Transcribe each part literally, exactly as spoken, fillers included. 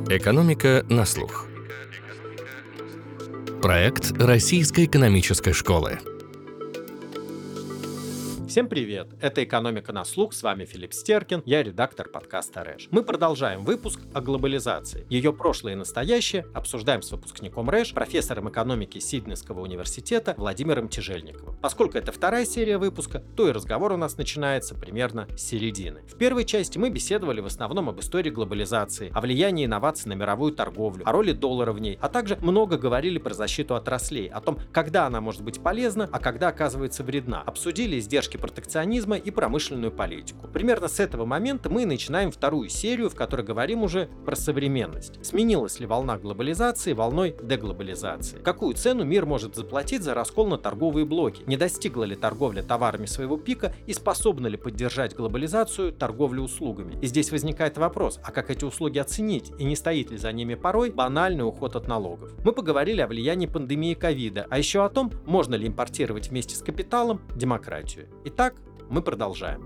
Экономика на слух. Проект Российской экономической школы. Всем привет! Это «Экономика на слух», с вами Филипп Стеркин, я редактор подкаста РЭШ. Мы продолжаем выпуск о глобализации. Ее прошлое и настоящее обсуждаем с выпускником РЭШ, профессором экономики Сиднейского университета Владимиром Тяжельниковым. Поскольку это вторая серия выпуска, то и разговор у нас начинается примерно с середины. В первой части мы беседовали в основном об истории глобализации, о влиянии инноваций на мировую торговлю, о роли доллара в ней, а также много говорили про защиту отраслей, о том, когда она может быть полезна, а когда оказывается вредна. Обсудили издержки протекционизма и промышленную политику. Примерно с этого момента мы начинаем вторую серию, в которой говорим уже про современность. Сменилась ли волна глобализации волной деглобализации? Какую цену мир может заплатить за раскол на торговые блоки? Не достигла ли торговля товарами своего пика и способна ли поддержать глобализацию торговлю услугами? И здесь возникает вопрос, а как эти услуги оценить и не стоит ли за ними порой банальный уход от налогов? Мы поговорили о влиянии пандемии ковида, а еще о том, можно ли импортировать вместе с капиталом демократию. Итак, мы продолжаем.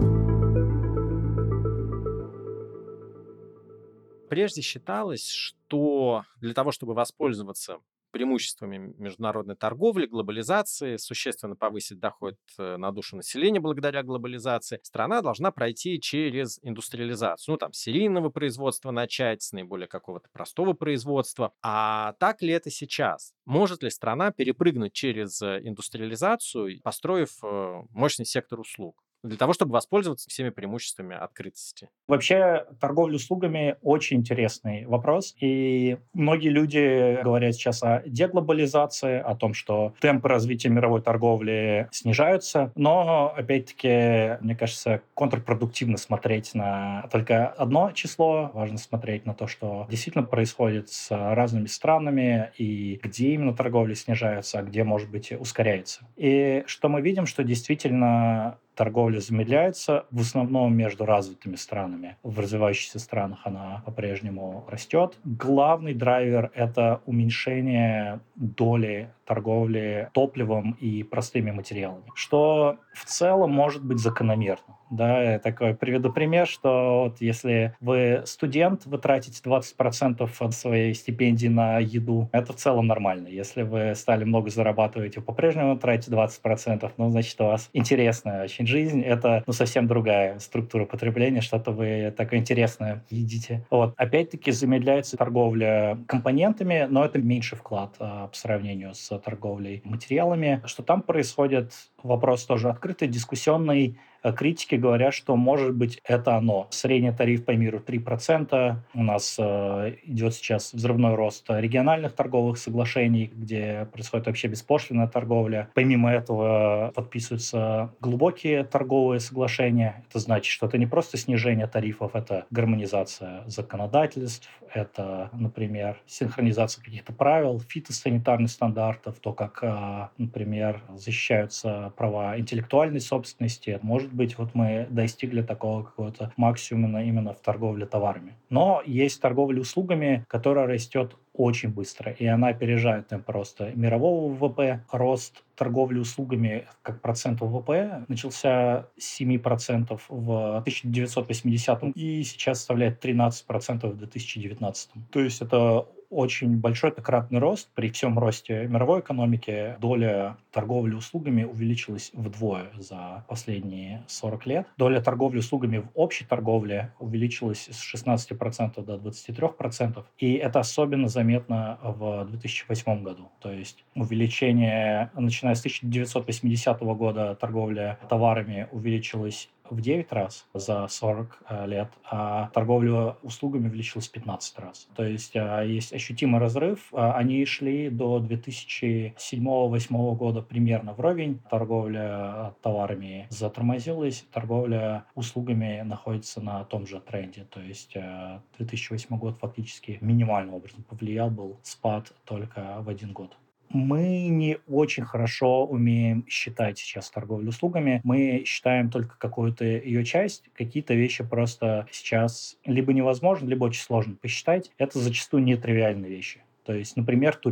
Прежде считалось, что для того, чтобы воспользоваться преимуществами международной торговли, глобализации, существенно повысить доход на душу населения благодаря глобализации, страна должна пройти через индустриализацию. Ну, там, с серийного производства начать, с наиболее какого-то простого производства. А так ли это сейчас? Может ли страна перепрыгнуть через индустриализацию, построив мощный сектор услуг, для того, чтобы воспользоваться всеми преимуществами открытости? Вообще, торговля услугами очень интересный вопрос. И многие люди говорят сейчас о деглобализации, о том, что темпы развития мировой торговли снижаются. Но, опять-таки, мне кажется, контрпродуктивно смотреть на только одно число. Важно смотреть на то, что действительно происходит с разными странами и где именно торговля снижается, а где, может быть, ускоряется. И что мы видим, что действительно торговля замедляется, в основном между развитыми странами. В развивающихся странах она по-прежнему растет. Главный драйвер — это уменьшение доли торговли топливом и простыми материалами, что в целом может быть закономерно. Да, я такой приведу пример, что вот если вы студент, вы тратите двадцать процентов от своей стипендии на еду, это в целом нормально. Если вы стали много зарабатывать, вы по-прежнему тратите двадцать процентов, ну, значит, у вас интересная очень жизнь, это ну, совсем другая структура потребления, что-то вы такое интересное едите. Вот. Опять-таки замедляется торговля компонентами, но это меньший вклад а, по сравнению с торговлей материалами. Что там происходит? Вопрос тоже открытый, дискуссионный. Критики говорят, что, может быть, это оно. Средний тариф по миру три процента. У нас э, идет сейчас взрывной рост региональных торговых соглашений, где происходит вообще беспошлинная торговля. Помимо этого подписываются глубокие торговые соглашения. Это значит, что это не просто снижение тарифов, это гармонизация законодательств, это, например, синхронизация каких-то правил, фитосанитарных стандартов, то, как, э, например, защищаются права интеллектуальной собственности. Может быть, вот мы достигли такого какого-то максимума именно в торговле товарами. Но есть торговля услугами, которая растет очень быстро, и она опережает темп роста мирового ВВП. Рост торговли услугами как процент ВВП начался с семи процентов в тысяча девятьсот восьмидесятом и сейчас составляет тринадцать процентов в две тысячи девятнадцатом. То есть это очень большой, это кратный рост. При всем росте мировой экономики доля торговли услугами увеличилась вдвое за последние сорок лет. Доля торговли услугами в общей торговле увеличилась с шестнадцати процентов до двадцати трёх процентов. И это особенно заметно в две тысячи восьмом году. То есть увеличение, начиная с тысяча девятьсот восьмидесятого года, торговля товарами увеличилась в девять раз за сорок лет, а торговля услугами увеличилась в пятнадцать раз. То есть есть ощутимый разрыв. Они шли до две тысячи седьмого-восьмого года примерно вровень. Торговля товарами затормозилась, торговля услугами находится на том же тренде. То есть две тысячи восьмой год фактически минимальным образом повлиял, был спад только в один год. Мы не очень хорошо умеем считать сейчас торговлю услугами. Мы считаем только какую-то ее часть. Какие-то вещи просто сейчас либо невозможно, либо очень сложно посчитать. Это зачастую нетривиальные вещи. То есть, например, туризм.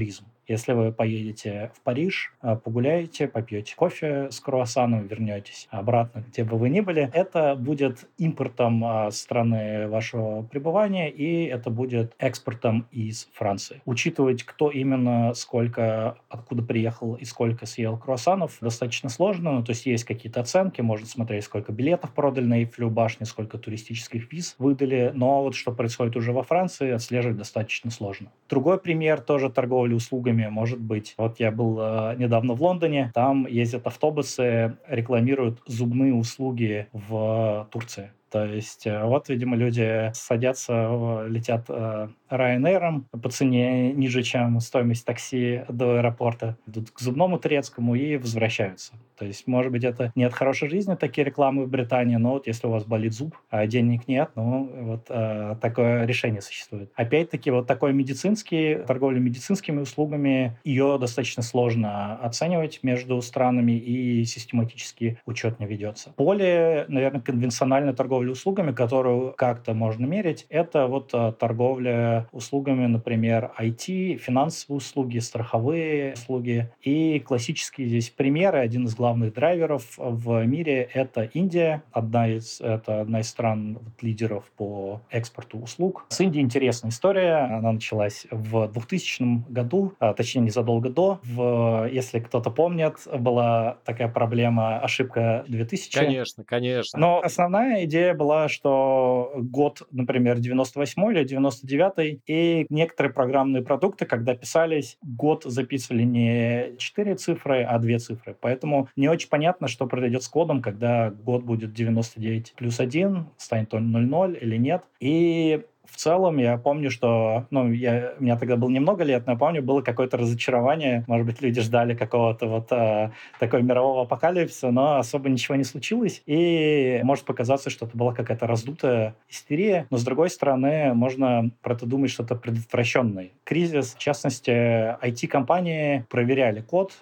Если вы поедете в Париж, э, погуляете, попьете кофе с круассаном, вернетесь обратно, где бы вы ни были, это будет импортом э, страны вашего пребывания, и это будет экспортом из Франции. Учитывать, кто именно, сколько, откуда приехал и сколько съел круассанов, достаточно сложно. Ну, то есть есть какие-то оценки, можно смотреть, сколько билетов продали на Эйфелеву башню, сколько туристических виз выдали, но вот что происходит уже во Франции, отслеживать достаточно сложно. Другой пример тоже торговли услугами может быть. Вот я был э, недавно в Лондоне, там ездят автобусы, рекламируют зубные услуги в Турции. То есть э, вот, видимо, люди садятся, э, летят э, Ryanair по цене ниже, чем стоимость такси до аэропорта, идут к зубному турецкому и возвращаются. То есть, может быть, это не от хорошей жизни такие рекламы в Британии, но вот если у вас болит зуб, а денег нет, ну вот э, такое решение существует. Опять-таки, вот такой медицинский, торговля медицинскими услугами, ее достаточно сложно оценивать между странами и систематически учет не ведется. Более, наверное, конвенциональная торговля услугами, которую как-то можно мерить, это вот а, торговля услугами, например, ай ти, финансовые услуги, страховые услуги. И классические здесь примеры, один из главных драйверов в мире — это Индия, одна из, это одна из стран вот, лидеров по экспорту услуг. С Индией интересная история. Она началась в двухтысячном году, а, точнее, незадолго до. В, если кто-то помнит, была такая проблема, ошибка две тысячи. Конечно, конечно. Но основная идея была, что год, например, девяносто восьмой или девяносто девятый, и некоторые программные продукты, когда писались, год записывали не четыре цифры, а две цифры. Поэтому не очень понятно, что произойдет с кодом, когда год будет девяносто девять плюс один, станет он ноль ноль или нет. И в целом, я помню, что, ну, я, у меня тогда было немного лет, но я помню, было какое-то разочарование. Может быть, люди ждали какого-то вот а, такого мирового апокалипсиса, но особо ничего не случилось. И может показаться, что это была какая-то раздутая истерия. Но, с другой стороны, можно про это думать, что это предотвращенный кризис. В частности, ай ти-компании проверяли код,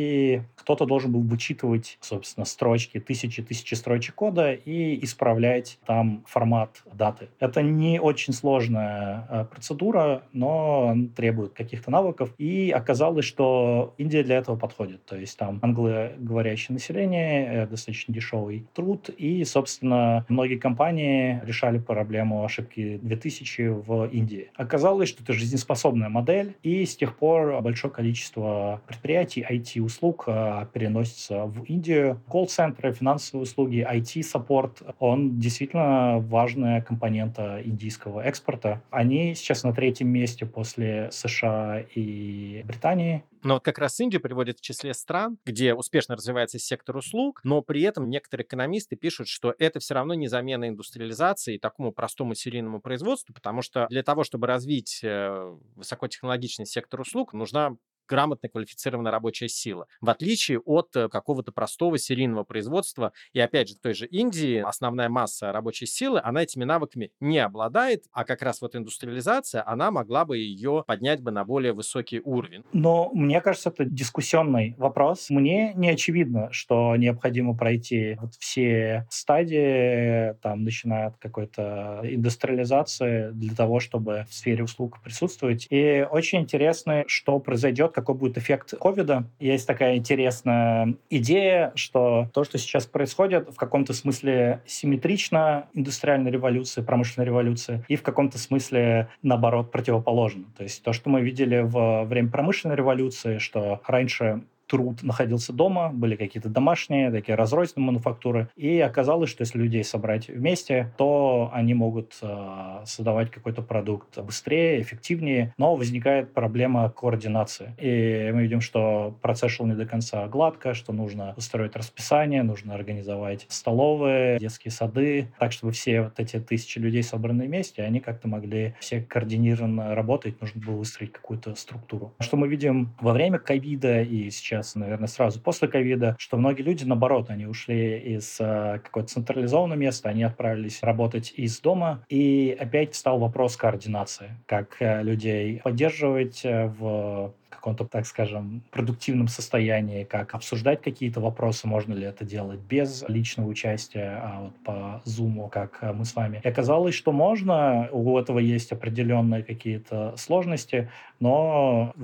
и кто-то должен был вычитывать, собственно, строчки, тысячи-тысячи строчек кода и исправлять там формат даты. Это не очень сложная э, процедура, но требует каких-то навыков. И оказалось, что Индия для этого подходит. То есть там англоговорящее население, э, достаточно дешевый труд. И, собственно, многие компании решали проблему ошибки две тысячи в Индии. Оказалось, что это жизнеспособная модель, и с тех пор большое количество предприятий ай ти услуг а, переносится в Индию. Колл-центры, финансовые услуги, ай ти-саппорт, он действительно важная компонента индийского экспорта. Они сейчас на третьем месте после США и Британии. Но вот как раз Индию приводят в числе стран, где успешно развивается сектор услуг, но при этом некоторые экономисты пишут, что это все равно не замена индустриализации и такому простому серийному производству, потому что для того, чтобы развить э, высокотехнологичный сектор услуг, нужна грамотно квалифицированная рабочая сила. В отличие от э, какого-то простого серийного производства, и опять же, в той же Индии основная масса рабочей силы, она этими навыками не обладает, а как раз вот индустриализация, она могла бы ее поднять бы на более высокий уровень. Но мне кажется, это дискуссионный вопрос. Мне не очевидно, что необходимо пройти вот все стадии, там, начиная от какой-то индустриализации для того, чтобы в сфере услуг присутствовать. И очень интересно, что произойдет, какой будет эффект ковида. Есть такая интересная идея, что то, что сейчас происходит, в каком-то смысле симметрично индустриальной революции, промышленной революции, и в каком-то смысле, наоборот, противоположно. То есть то, что мы видели во время промышленной революции, что раньше труд находился дома, были какие-то домашние, такие разрозненные мануфактуры. И оказалось, что если людей собрать вместе, то они могут э, создавать какой-то продукт быстрее, эффективнее, но возникает проблема координации. И мы видим, что процесс шел не до конца гладко, что нужно устроить расписание, нужно организовать столовые, детские сады, так, чтобы все вот эти тысячи людей, собранные вместе, они как-то могли все координированно работать, нужно было выстроить какую-то структуру. Что мы видим во время ковида и сейчас, наверное, сразу после ковида, что многие люди, наоборот, они ушли из э, какого-то централизованного места, они отправились работать из дома, и опять встал вопрос координации, как э, людей поддерживать э, в каком-то, так скажем, продуктивном состоянии, как обсуждать какие-то вопросы, можно ли это делать без личного участия, а вот по Zoom, как мы с вами. И оказалось, что можно, у этого есть определенные какие-то сложности, но вот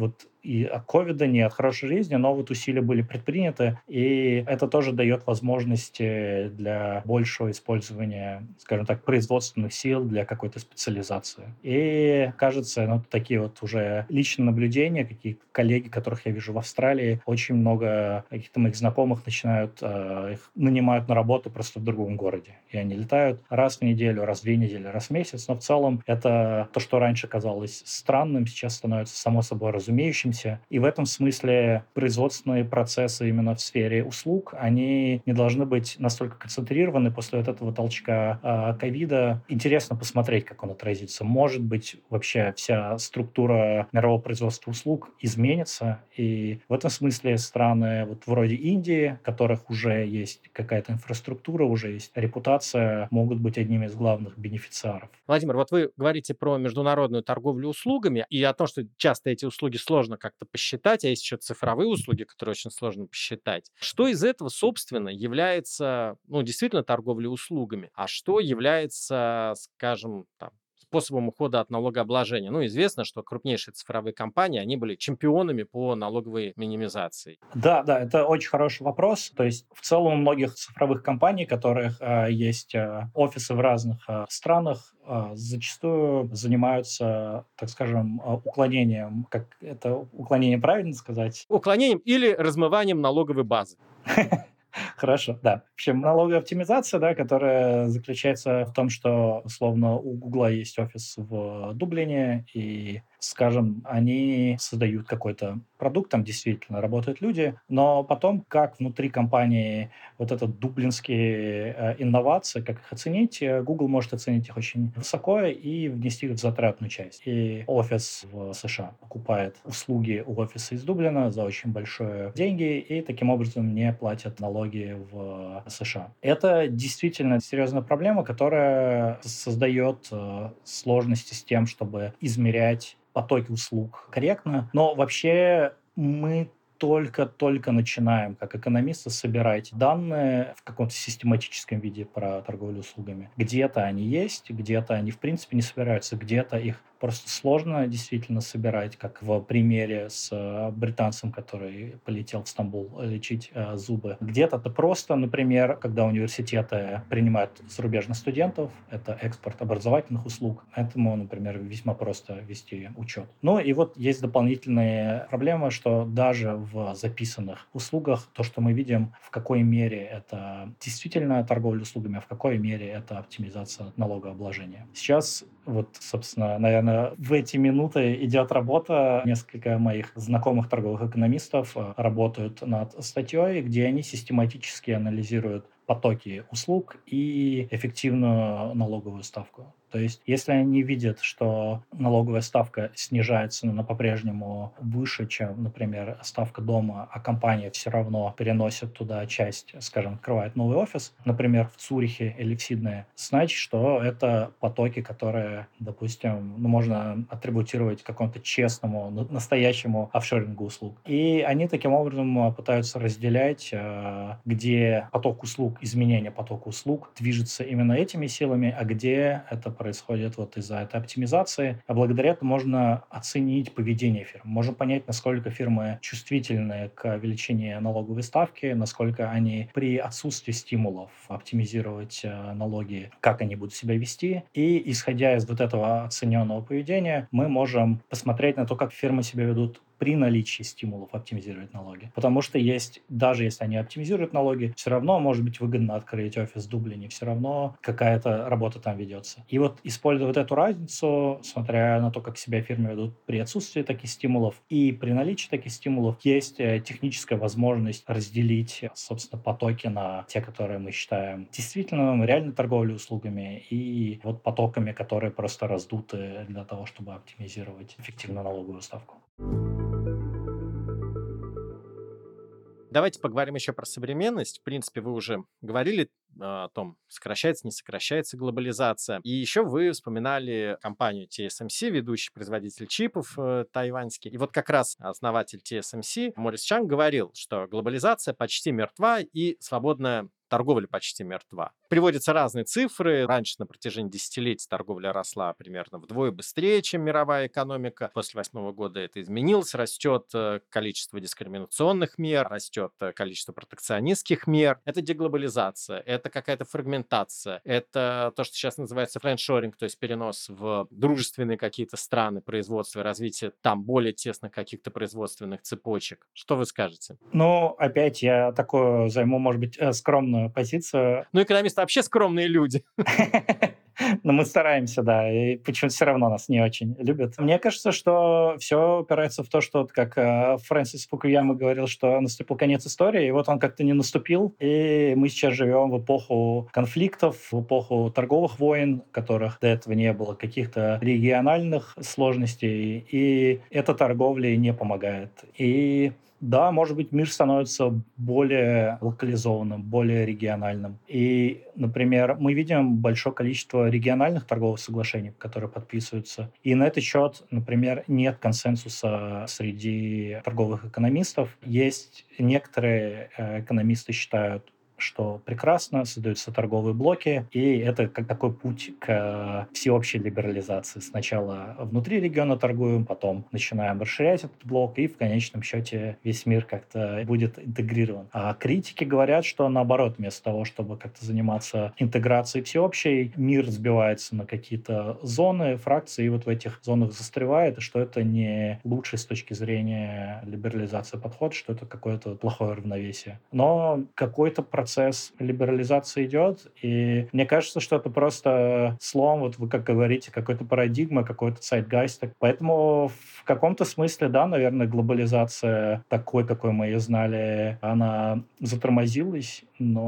и от ковида, ни от хорошей жизни, но вот усилия были предприняты, и это тоже дает возможности для большего использования, скажем так, производственных сил для какой-то специализации. И кажется, ну, такие вот уже личные наблюдения, какие коллеги, которых я вижу в Австралии, очень много каких-то моих знакомых начинают, э, их нанимают на работу просто в другом городе. И они летают раз в неделю, раз в две недели, раз в месяц, но в целом это то, что раньше казалось странным, сейчас становится само собой разумеющимся. И в этом смысле производственные процессы именно в сфере услуг, они не должны быть настолько концентрированы после вот этого толчка а, ковида. Интересно посмотреть, как он отразится. Может быть, вообще вся структура мирового производства услуг изменится. И в этом смысле страны вот вроде Индии, у которых уже есть какая-то инфраструктура, уже есть репутация, могут быть одними из главных бенефициаров. Владимир, вот вы говорите про международную торговлю услугами и о том, что часто эти услуги сложно как-то посчитать, а есть еще цифровые услуги, которые очень сложно посчитать. Что из этого, собственно, является, ну, действительно торговлей услугами, а что является, скажем, там, способом ухода от налогообложения? Ну, известно, что крупнейшие цифровые компании, они были чемпионами по налоговой минимизации. Да, да, это очень хороший вопрос. То есть в целом у многих цифровых компаний, у которых э, есть э, офисы в разных э, странах, э, зачастую занимаются, так скажем, э, уклонением, как это уклонение правильно сказать? Уклонением или размыванием налоговой базы. Хорошо, да. В общем, налоговая оптимизация, да, которая заключается в том, что, условно, у Гугла есть офис в Дублине, и, скажем, они создают какой-то продукт, там действительно работают люди, но потом, как внутри компании вот этот дублинские э, инновации, как их оценить, э, Google может оценить их очень высоко и внести их в затратную часть. И офис в США покупает услуги у офиса из Дублина за очень большие деньги и таким образом не платят налоги в США. Это действительно серьезная проблема, которая создает э, сложности с тем, чтобы измерять потоки услуг корректно. Но вообще мы только-только начинаем, как экономисты, собирать данные в каком-то систематическом виде про торговлю услугами. Где-то они есть, где-то они в принципе не собираются, где-то их просто сложно действительно собирать, как в примере с э, британцем, который полетел в Стамбул лечить э, зубы. Где-то это просто, например, когда университеты принимают зарубежных студентов, это экспорт образовательных услуг, этому, например, весьма просто вести учет. Ну и вот есть дополнительные проблемы, что даже в записанных услугах то, что мы видим, в какой мере это действительно торговля услугами, а в какой мере это оптимизация налогообложения. Сейчас вот, собственно, наверное, в эти минуты идет работа. Несколько моих знакомых торговых экономистов э, работают над статьей, где они систематически анализируют потоки услуг и эффективную налоговую ставку. То есть, если они видят, что налоговая ставка снижается, но она по-прежнему выше, чем, например, ставка дома, а компания все равно переносит туда часть, скажем, открывает новый офис, например, в Цюрихе или в Сиднее, значит, что это потоки, которые, допустим, ну, можно атрибутировать какому-то честному, настоящему офшорингу услуг. И они таким образом пытаются разделять, где поток услуг, изменение потока услуг движется именно этими силами, а где это происходит вот из-за этой оптимизации. А благодаря этому можно оценить поведение фирм. Можно понять, насколько фирмы чувствительны к величине налоговой ставки, насколько они при отсутствии стимулов оптимизировать э, налоги, как они будут себя вести. И исходя из вот этого оцененного поведения, мы можем посмотреть на то, как фирмы себя ведут при наличии стимулов оптимизировать налоги. Потому что есть, даже если они оптимизируют налоги, все равно может быть выгодно открыть офис в Дублине, все равно какая-то работа там ведется. И вот используя вот эту разницу, смотря на то, как себя фирмы ведут при отсутствии таких стимулов и при наличии таких стимулов, есть техническая возможность разделить, собственно, потоки на те, которые мы считаем действительно реальной торговлей услугами, и вот потоками, которые просто раздуты для того, чтобы оптимизировать эффективную налоговую ставку. Давайте поговорим еще про современность. В принципе, вы уже говорили о том, сокращается, не сокращается глобализация. И еще вы вспоминали компанию ти эс эм си, ведущий производитель чипов э, тайваньский. И вот как раз основатель ти эс эм си Морис Чанг говорил, что глобализация почти мертва и свободная торговля почти мертва. Приводятся разные цифры. Раньше на протяжении десятилетий торговля росла примерно вдвое быстрее, чем мировая экономика. После восьмого года это изменилось. Растет э, количество дискриминационных мер, растет э, количество протекционистских мер. Это деглобализация, это какая-то фрагментация, это то, что сейчас называется френдшоринг, то есть перенос в дружественные какие-то страны производства и развитие там более тесных каких-то производственных цепочек. Что вы скажете? Ну, опять я такую займу, может быть, э, скромную позицию. Ну, экономисты вообще скромные люди. Но мы стараемся, да, и почему-то все равно нас не очень любят. Мне кажется, что все упирается в то, что, вот как э, Фрэнсис Фукуяма говорил, что наступил конец истории, и вот он как-то не наступил, и мы сейчас живем в эпоху конфликтов, в эпоху торговых войн, которых до этого не было, каких-то региональных сложностей, и эта торговля не помогает. И да, может быть, мир становится более локализованным, более региональным. И, например, мы видим большое количество региональных торговых соглашений, которые подписываются. И на этот счет, например, нет консенсуса среди торговых экономистов. Есть некоторые э, экономисты считают, что прекрасно, создаются торговые блоки, и это как такой путь к всеобщей либерализации. Сначала внутри региона торгуем, потом начинаем расширять этот блок, и в конечном счете весь мир как-то будет интегрирован. А критики говорят, что наоборот, вместо того, чтобы как-то заниматься интеграцией всеобщей, мир разбивается на какие-то зоны, фракции, и вот в этих зонах застревает, и что это не лучший с точки зрения либерализации подход, что это какое-то плохое равновесие. Но какой-то процесс процесс либерализации идет, и мне кажется, что это просто слом, вот вы как говорите, какой-то парадигма, какой-то zeitgeist. Поэтому в каком-то смысле, да, наверное, глобализация такой, какой мы ее знали, она затормозилась,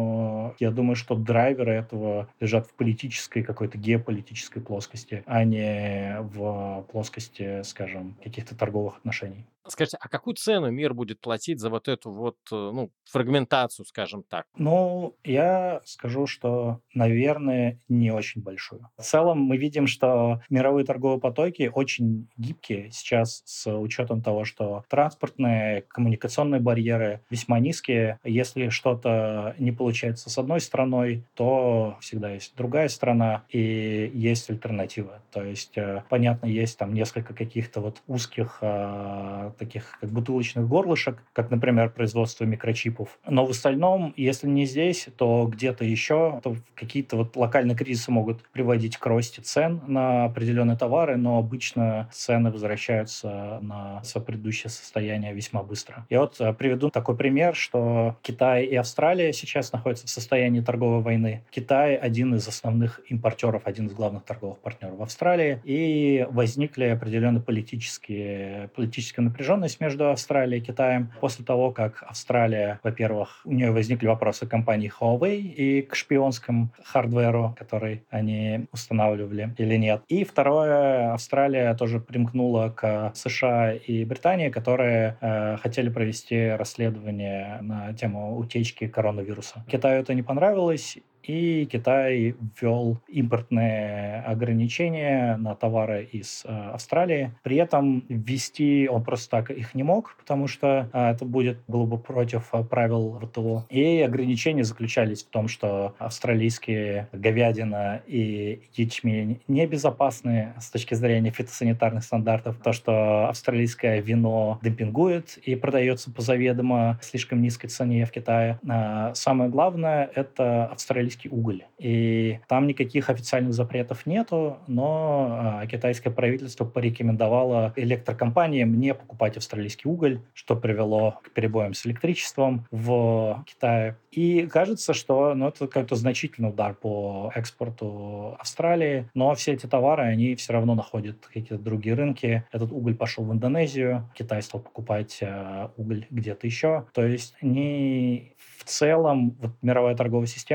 но я думаю, что драйверы этого лежат в политической, какой-то геополитической плоскости, а не в плоскости, скажем, каких-то торговых отношений. Скажите, а какую цену мир будет платить за вот эту вот, э, ну, фрагментацию, скажем так? Ну, я скажу, что, наверное, не очень большую. В целом мы видим, что мировые торговые потоки очень гибкие сейчас с учетом того, что транспортные, коммуникационные барьеры весьма низкие. Если что-то не получается с одной страной, то всегда есть другая страна и есть альтернатива. То есть, э, понятно, есть там несколько каких-то вот узких э, таких как бутылочных горлышек, как, например, производство микрочипов. Но в остальном, если не здесь, то где-то еще, то какие-то вот локальные кризисы могут приводить к росте цен на определенные товары, но обычно цены возвращаются на свое предыдущее состояние весьма быстро. Я вот э, приведу такой пример, что Китай и Австралия сейчас находятся в состоянии торговой войны. Китай один из основных импортеров, один из главных торговых партнеров в Австралии, и возникли определенные политические, политическая напряженность между Австралией и Китаем после того, как Австралия, во-первых, у нее возникли вопросы к компании Huawei и к шпионскому хардверу, который они устанавливали или нет. И второе, Австралия тоже примкнула к США и Британии, которые э, хотели провести расследование на тему утечки коронавируса. Китаю это не понравилось, и Китай ввел импортные ограничения на товары из э, Австралии. При этом ввести он просто так их не мог, потому что э, это будет, было бы против э, правил ВТО. И ограничения заключались в том, что австралийские говядина и ячмень небезопасны с точки зрения фитосанитарных стандартов. То, что австралийское вино демпингует и продается по заведомо слишком низкой цене в Китае. А самое главное — это австралийский уголь. И там никаких официальных запретов нету, но а, китайское правительство порекомендовало электрокомпаниям не покупать австралийский уголь, что привело к перебоям с электричеством в Китае. И кажется, что ну, это какой-то значительный удар по экспорту Австралии, но все эти товары, они все равно находят какие-то другие рынки. Этот уголь пошел в Индонезию, Китай стал покупать э, уголь где-то еще. То есть не в целом вот, мировая торговая система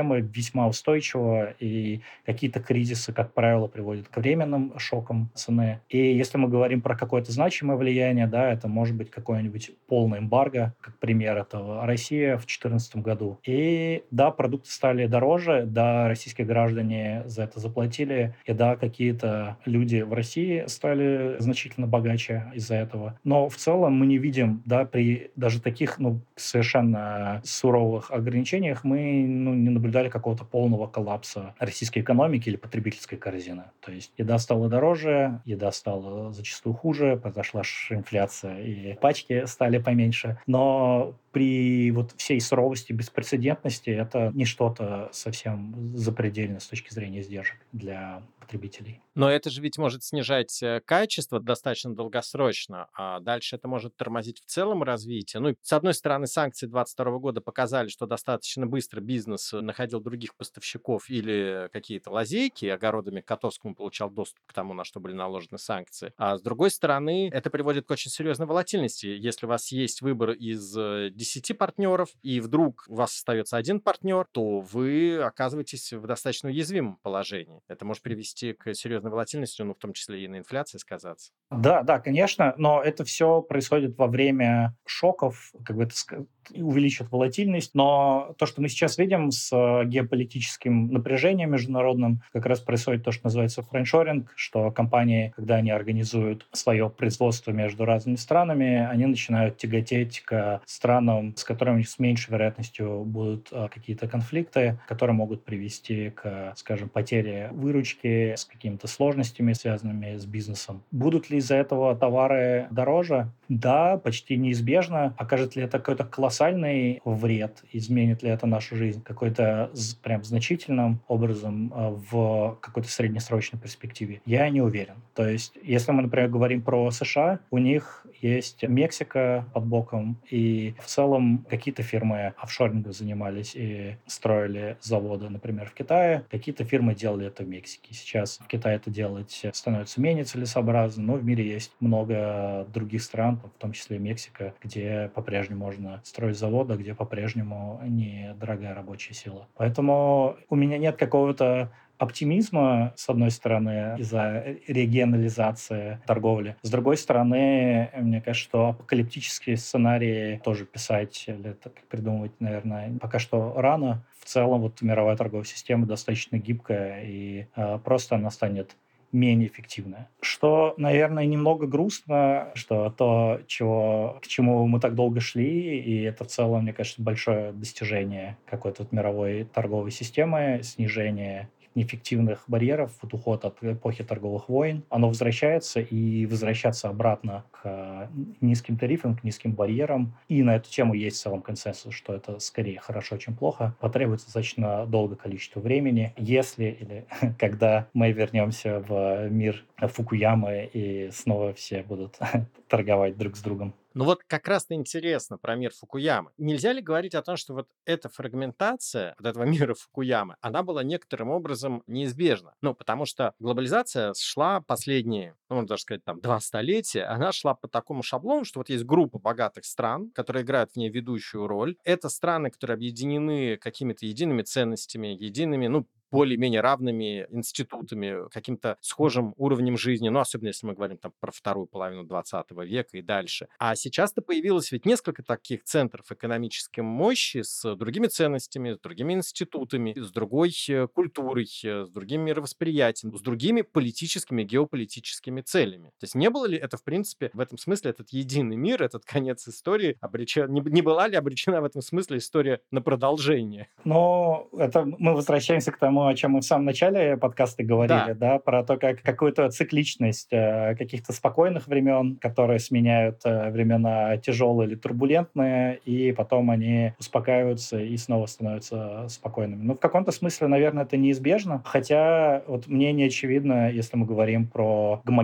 весьма устойчива, и какие-то кризисы, как правило, приводят к временным шокам цены. И если мы говорим про какое-то значимое влияние, да, это может быть какое-нибудь полное эмбарго, как пример этого Россия в две тысячи четырнадцатом году. И да, продукты стали дороже, да, российские граждане за это заплатили, и да, какие-то люди в России стали значительно богаче из-за этого. Но в целом мы не видим, да, при даже таких, ну, совершенно суровых ограничениях мы, ну, не наблюдали какого-то полного коллапса российской экономики или потребительской корзины. То есть еда стала дороже, еда стала зачастую хуже, произошла инфляция, и пачки стали поменьше. Но при вот всей суровости, беспрецедентности это не что-то совсем запредельное с точки зрения издержек для потребителей. Но это же ведь может снижать э, качество достаточно долгосрочно, а дальше это может тормозить в целом развитие. Ну, и, с одной стороны, санкции двадцать второго года показали, что достаточно быстро бизнес находил других поставщиков или какие-то лазейки, огородами к Котовскому получал доступ к тому, на что были наложены санкции. А с другой стороны, это приводит к очень серьезной волатильности. Если у вас есть выбор из э, десяти партнеров, и вдруг у вас остается один партнер, то вы оказываетесь в достаточно уязвимом положении. Это может привести к серьезной волатильности, ну, в том числе и на инфляции сказаться. Да, да, конечно, но это все происходит во время шоков, как бы это ска- увеличивает волатильность. Но то, что мы сейчас видим с э, геополитическим напряжением международным, как раз происходит то, что называется френдшоринг, что компании, когда они организуют свое производство между разными странами, они начинают тяготеть к странам, с которыми у них с меньшей вероятностью будут э, какие-то конфликты, которые могут привести к, скажем, потере выручки, с какими-то сложностями, связанными с бизнесом. Будут ли из-за этого товары дороже? Да, почти неизбежно. Окажет ли это какой-то колоссальный вред? Изменит ли это нашу жизнь какой-то з- прям значительным образом э, в какой-то среднесрочной перспективе? Я не уверен. То есть, если мы, например, говорим про США, у них есть Мексика под боком, и в целом какие-то фирмы офшорингом занимались и строили заводы, например, в Китае. Какие-то фирмы делали это в Мексике. Сейчас в Китае это делать становится менее целесообразно, но в мире есть много других стран, в том числе и Мексика, где по-прежнему можно строить заводы, где по-прежнему недорогая рабочая сила. Поэтому у меня нет какого-то оптимизма, с одной стороны, из-за регионализации торговли. С другой стороны, мне кажется, что апокалиптические сценарии тоже писать или так придумывать, наверное, пока что рано. В целом, вот мировая торговая система достаточно гибкая, и э, просто она станет менее эффективная. Что, наверное, немного грустно, что то, чего, к чему мы так долго шли, и это в целом, мне кажется, большое достижение какой-то вот мировой торговой системы, снижение неэффективных барьеров, вот уход от эпохи торговых войн, оно возвращается, и возвращаться обратно к низким тарифам, к низким барьерам. И на эту тему есть в целом консенсус, что это скорее хорошо, чем плохо. Потребуется достаточно долгое количество времени. Если или когда мы вернемся в мир Фукуямы и снова все будут торговать друг с другом. Ну вот как раз-то интересно про мир Фукуямы. Нельзя ли говорить о том, что вот эта фрагментация вот этого мира Фукуямы, она была некоторым образом неизбежна? Ну, потому что глобализация шла последние, ну, можно даже сказать, там, два столетия, она шла по такому шаблону, что вот есть группа богатых стран, которые играют в ней ведущую роль. Это страны, которые объединены какими-то едиными ценностями, едиными, ну, более-менее равными институтами, каким-то схожим уровнем жизни, ну, особенно если мы говорим там про вторую половину двадцатого века и дальше. А сейчас-то появилось ведь несколько таких центров экономической мощи с другими ценностями, с другими институтами, с другой э, культурой, э, с другим мировосприятием, с другими политическими, геополитическими целями. То есть не было ли это, в принципе, в этом смысле этот единый мир, этот конец истории, обречен, не, не была ли обречена в этом смысле история на продолжение? Но это мы возвращаемся к тому, о чем мы в самом начале подкаста говорили, Да. да, про то, как какую-то цикличность э, каких-то спокойных времен, которые сменяют э, времена тяжелые или турбулентные, и потом они успокаиваются и снова становятся спокойными. Ну, в каком-то смысле, наверное, это неизбежно, хотя вот мне не очевидно, если мы говорим про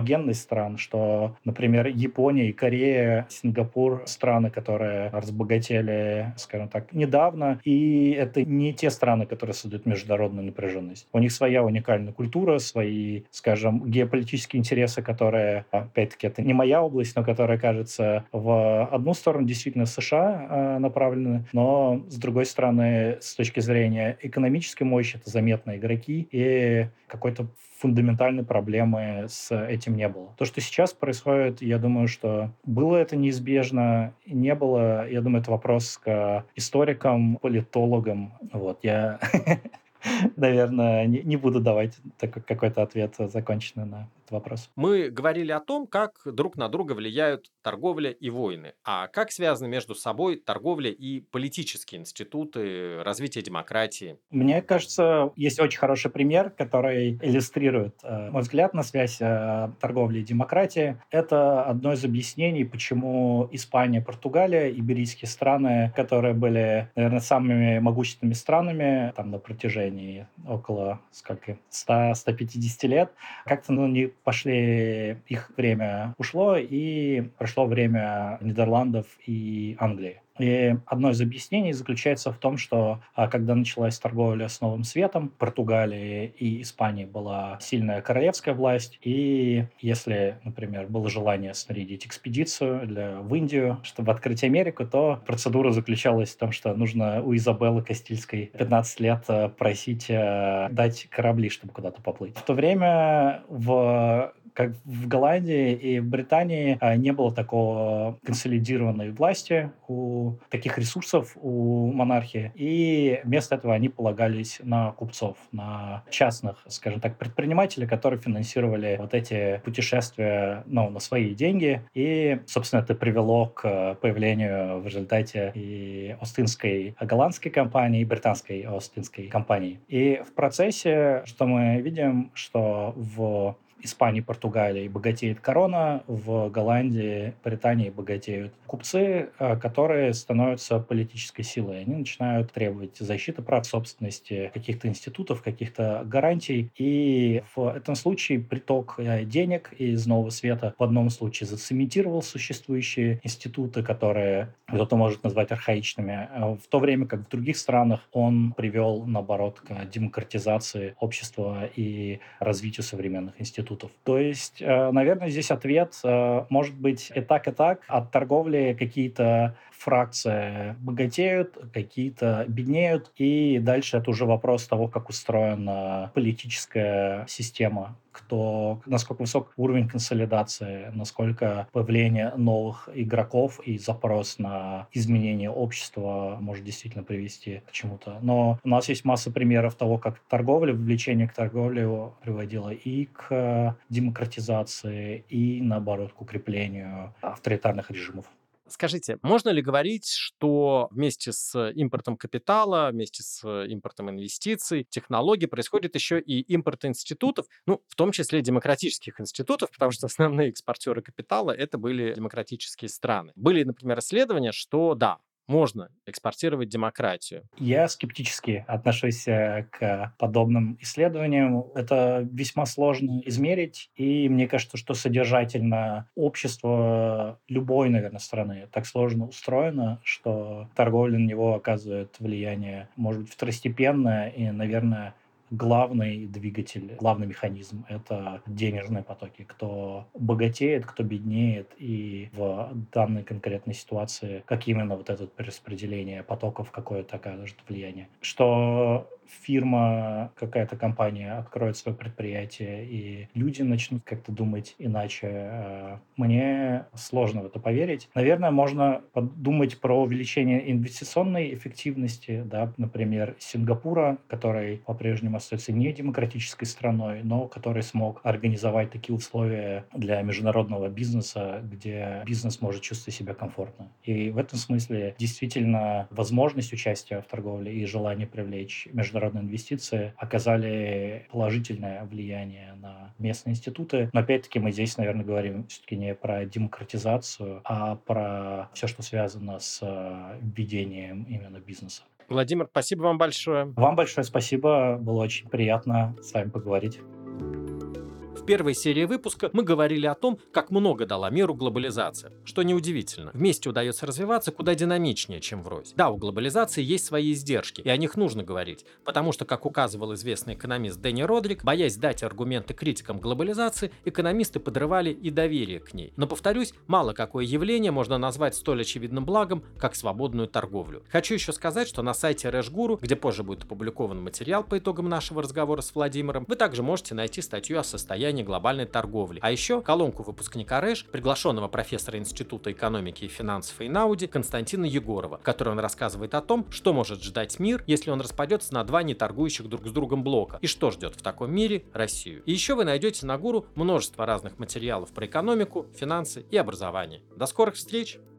гетерогенность стран, что, например, Япония и Корея, Сингапур — страны, которые разбогатели, скажем так, недавно, и это не те страны, которые создают международную напряженность. У них своя уникальная культура, свои, скажем, геополитические интересы, которые, опять-таки, это не моя область, но которые, кажется, в одну сторону действительно США э, направлены, но, с другой стороны, с точки зрения экономической мощи, это заметные игроки, и какой-то фундаментальной проблемы с этим не было. То, что сейчас происходит, я думаю, что было это неизбежно, не было, я думаю, это вопрос к историкам, политологам. Вот, я, наверное, не, не буду давать такой какой-то ответ законченный на этот вопрос. Мы говорили о том, как друг на друга влияют торговля и войны. А как связаны между собой торговля и политические институты развития демократии? Мне кажется, есть очень хороший пример, который иллюстрирует э, мой взгляд на связь э, торговли и демократии. Это одно из объяснений, почему Испания, Португалия, иберийские страны, которые были, наверное, самыми могущественными странами там, на протяжении около сколько, сто - сто пятьдесят лет, как-то ну, не пошли, их время ушло, и прошло время Нидерландов и Англии. И одно из объяснений заключается в том, что а, когда началась торговля с Новым Светом, в Португалии и Испании была сильная королевская власть, и если, например, было желание снарядить экспедицию для, в Индию, чтобы открыть Америку, то процедура заключалась в том, что нужно у Изабеллы Кастильской пятнадцать лет просить э, дать корабли, чтобы куда-то поплыть. В то время в как в Голландии и в Британии а, не было такого консолидированной власти, у таких ресурсов у монархии, и вместо этого они полагались на купцов, на частных, скажем так, предпринимателей, которые финансировали вот эти путешествия ну, на свои деньги, и, собственно, это привело к появлению в результате и Остинской голландской компании, и британской Остинской компании. И в процессе, что мы видим, что в Испании, Португалии богатеет корона, в Голландии, Британии богатеют купцы, которые становятся политической силой. Они начинают требовать защиты прав собственности, каких-то институтов, каких-то гарантий. И в этом случае приток денег из Нового Света в одном случае зацементировал существующие институты, которые кто-то может назвать архаичными, в то время как в других странах он привел, наоборот, к демократизации общества и развитию современных институтов. То есть, наверное, здесь ответ может быть и так, и так. От торговли какие-то фракции богатеют, какие-то беднеют, и дальше это уже вопрос того, как устроена политическая система, кто, насколько высок уровень консолидации, насколько появление новых игроков и запрос на изменение общества может действительно привести к чему-то. Но у нас есть масса примеров того, как торговля, вовлечение к торговле приводило и к демократизации, и, наоборот, к укреплению авторитарных режимов. Скажите, можно ли говорить, что вместе с импортом капитала, вместе с импортом инвестиций, технологий происходит еще и импорт институтов, ну, в том числе демократических институтов, потому что основные экспортеры капитала — это были демократические страны. Были, например, исследования, что да, можно экспортировать демократию. Я скептически отношусь к подобным исследованиям. Это весьма сложно измерить, и мне кажется, что содержательно общество любой, наверное, страны так сложно устроено, что торговля на него оказывает влияние, может быть, второстепенное, и, наверное, главный двигатель, главный механизм — это денежные потоки. Кто богатеет, кто беднеет, и в данной конкретной ситуации, как именно вот это перераспределение потоков какое-то окажет влияние. Что фирма, какая-то компания откроет свое предприятие, и люди начнут как-то думать иначе. Мне сложно в это поверить. Наверное, можно подумать про увеличение инвестиционной эффективности, да, например, Сингапура, который по-прежнему остается не демократической страной, но который смог организовать такие условия для международного бизнеса, где бизнес может чувствовать себя комфортно. И в этом смысле действительно возможность участия в торговле и желание привлечь международные инвестиции оказали положительное влияние на местные институты. Но опять-таки мы здесь, наверное, говорим все-таки не про демократизацию, а про все, что связано с ведением именно бизнеса. Владимир, спасибо вам большое. Вам большое спасибо. Было очень приятно с вами поговорить. В первой серии выпуска мы говорили о том, как много дала миру глобализация. Что неудивительно, вместе удается развиваться куда динамичнее, чем врозь. Да, у глобализации есть свои издержки, и о них нужно говорить, потому что, как указывал известный экономист Дэнни Родрик, боясь дать аргументы критикам глобализации, экономисты подрывали и доверие к ней. Но, повторюсь, мало какое явление можно назвать столь очевидным благом, как свободную торговлю. Хочу еще сказать, что на сайте RashGuru, где позже будет опубликован материал по итогам нашего разговора с Владимиром, вы также можете найти статью о состоянии глобальной торговли, а еще колонку выпускника РЭШ, приглашенного профессора Института экономики и финансов Инауди Константина Егорова, в которой он рассказывает о том, что может ждать мир, если он распадется на два не торгующих друг с другом блока, и что ждет в таком мире Россию. И еще вы найдете на Гуру множество разных материалов про экономику, финансы и образование. До скорых встреч!